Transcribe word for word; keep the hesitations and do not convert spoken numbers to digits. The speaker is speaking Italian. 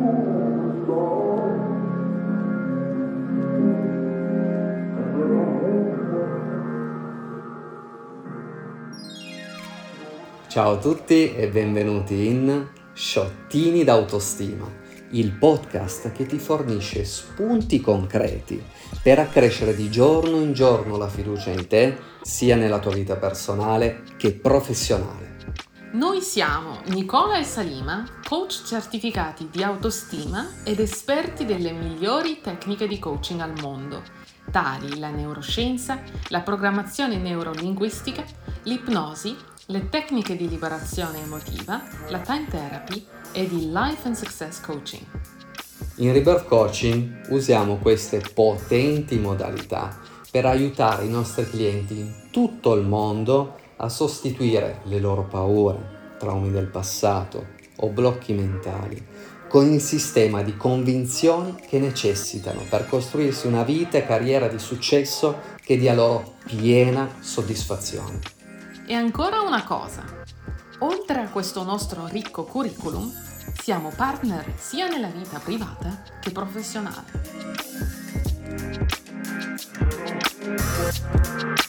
Ciao a tutti e benvenuti in Sciottini d'autostima, il podcast che ti fornisce spunti concreti per accrescere di giorno in giorno la fiducia in te, sia nella tua vita personale che professionale. Noi siamo Nicola e Salima, coach certificati di autostima ed esperti delle migliori tecniche di coaching al mondo, tali la neuroscienza, la programmazione neurolinguistica, l'ipnosi, le tecniche di liberazione emotiva, la time therapy ed il life and success coaching. In Rebirth Coaching usiamo queste potenti modalità per aiutare i nostri clienti in tutto il mondo a sostituire le loro paure, traumi del passato o blocchi mentali con il sistema di convinzioni che necessitano per costruirsi una vita e carriera di successo che dia loro piena soddisfazione. E ancora una cosa, oltre a questo nostro ricco curriculum, siamo partner sia nella vita privata che professionale.